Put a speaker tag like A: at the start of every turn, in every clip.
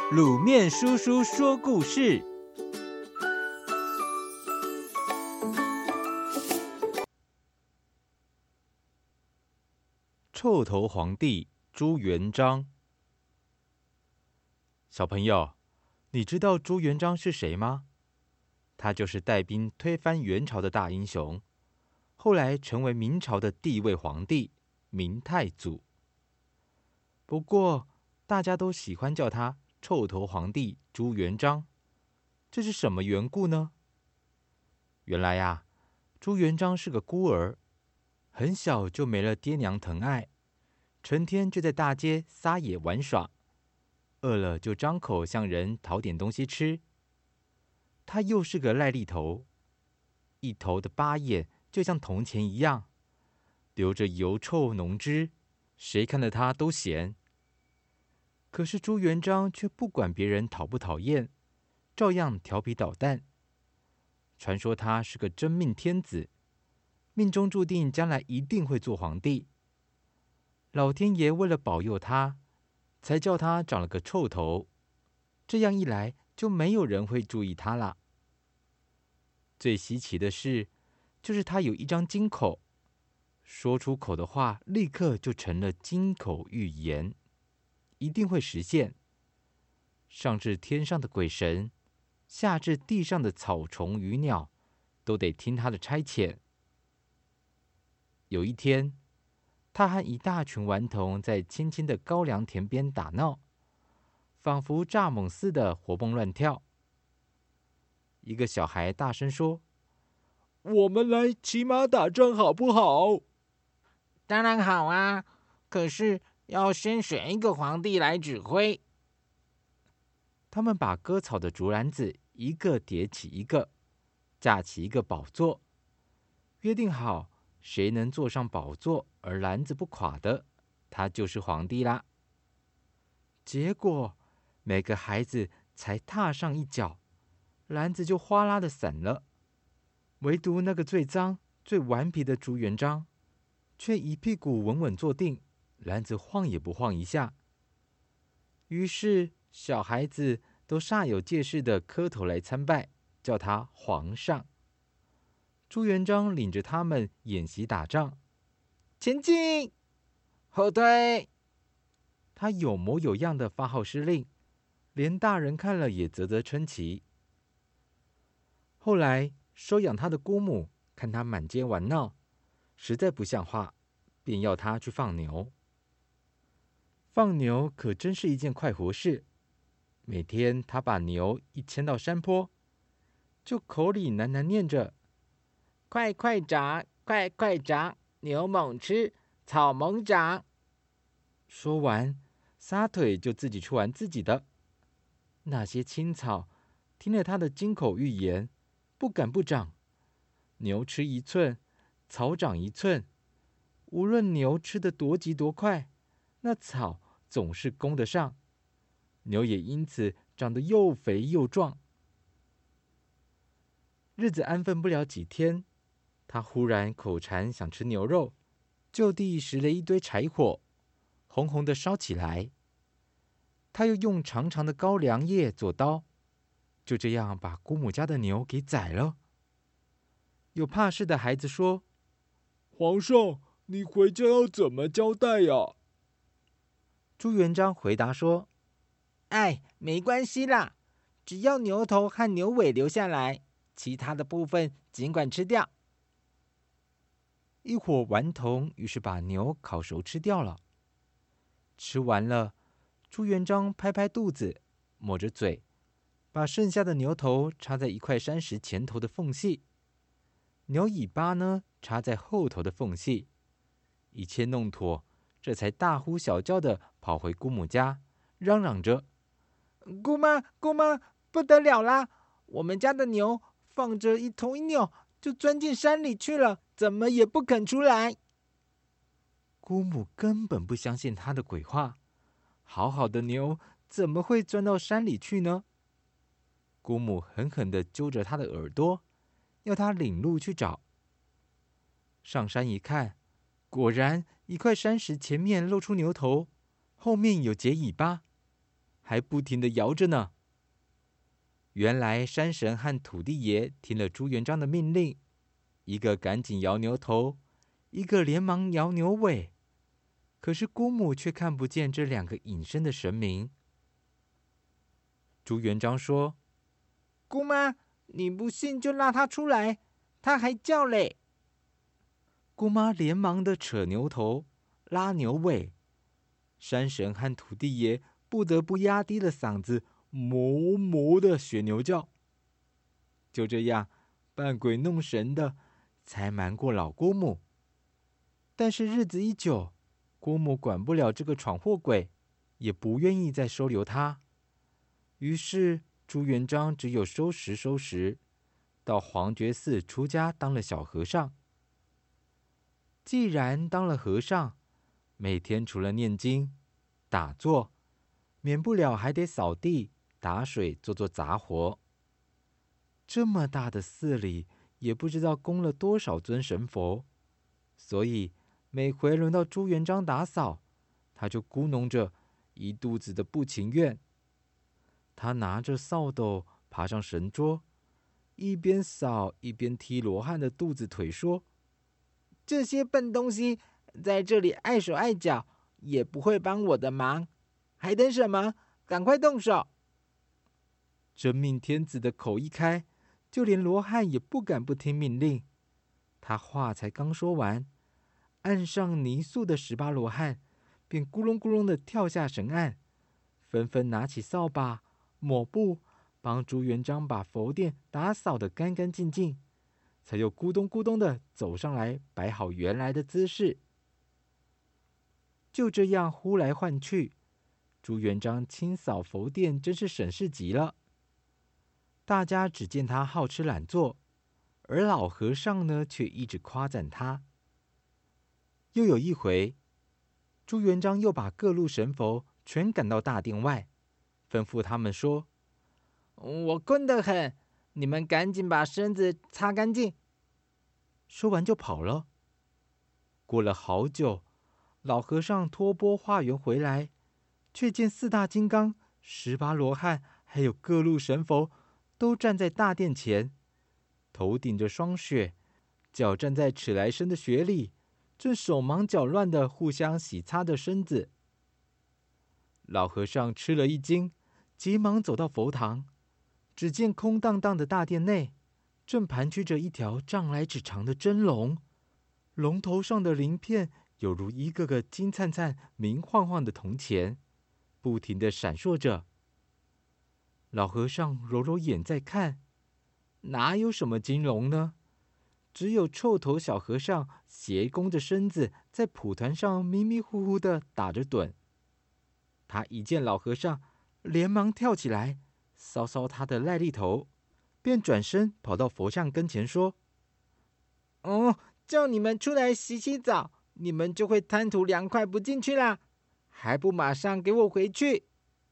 A: 卤面叔叔说故事。臭头皇帝朱元璋。小朋友，你知道朱元璋是谁吗？他就是带兵推翻元朝的大英雄，后来成为明朝的第一位皇帝明太祖。不过，大家都喜欢叫他臭头皇帝朱元璋，这是什么缘故呢？原来呀，朱元璋是个孤儿，很小就没了爹娘疼爱，成天就在大街撒野玩耍，饿了就张口向人讨点东西吃。他又是个癞痢头，一头的巴眼就像铜钱一样，流着油臭浓汁，谁看了他都嫌。可是朱元璋却不管别人讨不讨厌，照样调皮捣蛋。传说他是个真命天子，命中注定将来一定会做皇帝。老天爷为了保佑他，才叫他长了个臭头，这样一来就没有人会注意他了。最稀奇的是，就是他有一张金口，说出口的话立刻就成了金口玉言，一定会实现。上至天上的鬼神，下至地上的草虫鱼鸟，都得听他的差遣。有一天，他和一大群顽童在青青的高粱田边打闹，仿佛蚱蜢似的活蹦乱跳。一个小孩大声说：“我们来骑马打仗好不好？”“
B: 当然好啊，可是要先选一个皇帝来指挥。”
A: 他们把割草的竹篮子一个叠起一个，架起一个宝座，约定好谁能坐上宝座而篮子不垮的，他就是皇帝啦。结果每个孩子才踏上一脚，篮子就哗啦的散了，唯独那个最脏最顽皮的朱元璋，却一屁股稳稳坐定，篮子晃也不晃一下。于是小孩子都煞有介事的磕头来参拜，叫他皇上。朱元璋领着他们演习打仗，
B: 前进，后退。
A: 他有模有样的发号施令，连大人看了也啧啧称奇。后来收养他的姑母看他满街玩闹，实在不像话，便要他去放牛。放牛可真是一件快活事。每天他把牛一牵到山坡，就口里喃喃念着：“
B: 快快长，快快长，牛猛吃，草猛长。”
A: 说完，撒腿就自己去玩自己的。那些青草听了他的金口玉言，不敢不长。牛吃1寸，草长1寸。无论牛吃得多急多快，那草总是供得上，牛也因此长得又肥又壮。日子安分不了几天，他忽然口馋想吃牛肉，就地拾了一堆柴火，红红的烧起来。他又用长长的高粱叶做刀，就这样把姑母家的牛给宰了。有怕事的孩子说：“
C: 皇上，你回家要怎么交代呀？”
A: 朱元璋回答说：“
B: 哎，没关系啦，只要牛头和牛尾留下来，其他的部分尽管吃掉。”
A: 一伙顽童于是把牛烤熟吃掉了。吃完了，朱元璋拍拍肚子，抹着嘴，把剩下的牛头插在一块山石前头的缝隙，牛尾巴呢插在后头的缝隙。一切弄妥，这才大呼小叫的跑回姑母家，嚷嚷着：“
B: 姑妈，姑妈，不得了啦！我们家的牛放着一头一扭，就钻进山里去了，怎么也不肯出来。”
A: 姑母根本不相信他的鬼话，好好的牛怎么会钻到山里去呢？姑母狠狠地揪着他的耳朵，要他领路去找。上山一看，果然一块山石前面露出牛头，后面有节尾巴。 还不停地摇着呢。原来山神和土地爷听了朱元璋的命令，一个赶紧摇牛头，一个连忙摇牛尾。可是姑母却看不见这两个隐身的神明。朱元璋说：“
B: 姑妈，你不信就拉他出来，他还叫嘞。”
A: 姑妈连忙的扯牛头，拉牛尾，山神和土地爷不得不压低了嗓子，哞哞的学牛叫。就这样，扮鬼弄神的，才瞒过老姑母。但是日子一久，姑母管不了这个闯祸鬼，也不愿意再收留他。于是朱元璋只有收拾，到黄觉寺出家当了小和尚。既然当了和尚，每天除了念经、打坐，免不了还得扫地、打水，做做杂活。这么大的寺里，也不知道供了多少尊神佛，所以每回轮到朱元璋打扫，他就咕哝着一肚子的不情愿。他拿着扫帚爬上神桌，一边扫一边踢罗汉的肚子腿，说：“
B: 这些笨东西在这里碍手碍脚，也不会帮我的忙，还等什么？赶快动手！”
A: 真命天子的口一开，就连罗汉也不敢不听命令。他话才刚说完，岸上泥塑的18罗汉便咕隆咕隆的跳下神岸，纷纷拿起扫把、抹布，帮朱元璋把佛殿打扫得干干净净，才又咕咚咕咚的走上来，摆好原来的姿势。就这样呼来唤去，朱元璋清扫佛殿真是省事极了。大家只见他好吃懒做，而老和尚呢，却一直夸赞他。又有一回，朱元璋又把各路神佛全赶到大殿外，吩咐他们说：“
B: 我困得很，你们赶紧把身子擦干净。”
A: 说完就跑了。过了好久，老和尚托钵化缘回来，却见4大金刚、18罗汉，还有各路神佛都站在大殿前，头顶着霜雪，脚站在尺来深的雪里，正手忙脚乱的互相洗擦着身子。老和尚吃了一惊，急忙走到佛堂，只见空荡荡的大殿内，正盘踞着一条丈来尺长的真龙，龙头上的鳞片有如一个个金灿灿、明晃晃的铜钱，不停地闪烁着。老和尚揉揉眼在看，哪有什么金龙呢？只有臭头小和尚斜弓着身子，在蒲团上迷迷糊糊地打着盹。他一见老和尚，连忙跳起来，搔搔他的癞痢头，便转身跑到佛像跟前说：“
B: 叫你们出来洗洗澡，你们就会贪图凉快不进去啦，还不马上给我回去！”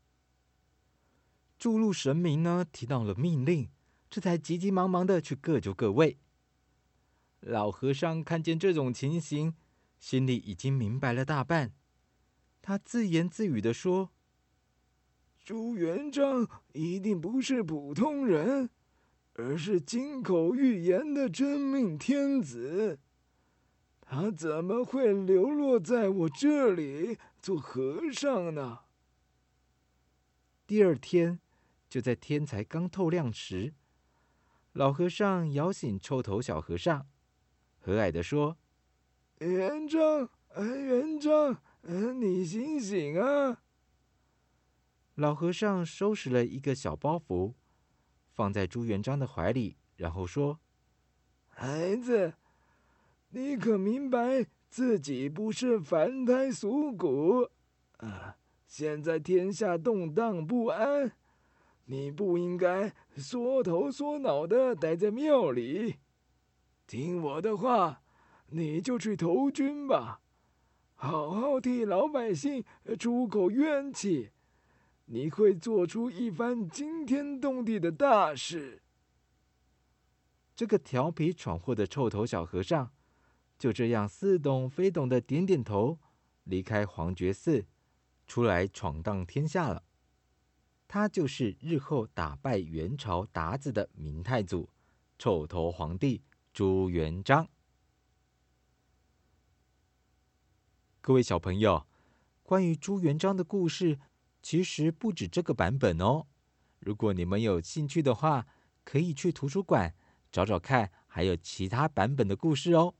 A: 诸路神明呢，听到了命令，这才急急忙忙的去各就各位。老和尚看见这种情形，心里已经明白了大半。他自言自语的说：“
C: 朱元璋一定不是普通人，而是金口玉言的真命天子。他怎么会流落在我这里做和尚呢？”
A: 第二天，就在天才刚透亮时，老和尚摇醒臭头小和尚，和蔼地说：“
C: 元璋，元璋，你醒醒啊！”
A: 老和尚收拾了一个小包袱，放在朱元璋的怀里，然后说：“
C: 孩子，你可明白自己不是凡胎俗骨啊？现在天下动荡不安，你不应该缩头缩脑的待在庙里。听我的话，你就去投军吧，好好替老百姓出口冤气，你会做出一番惊天动地的大事。”
A: 这个调皮闯祸的臭头小和尚，就这样似懂非懂的点点头，离开黄觉寺，出来闯荡天下了。 他就是日后打败元朝鞑子的明太祖，臭头皇帝朱元璋。各位小朋友，关于朱元璋的故事，其实不止这个版本哦。如果你们有兴趣的话，可以去图书馆找找看，还有其他版本的故事哦。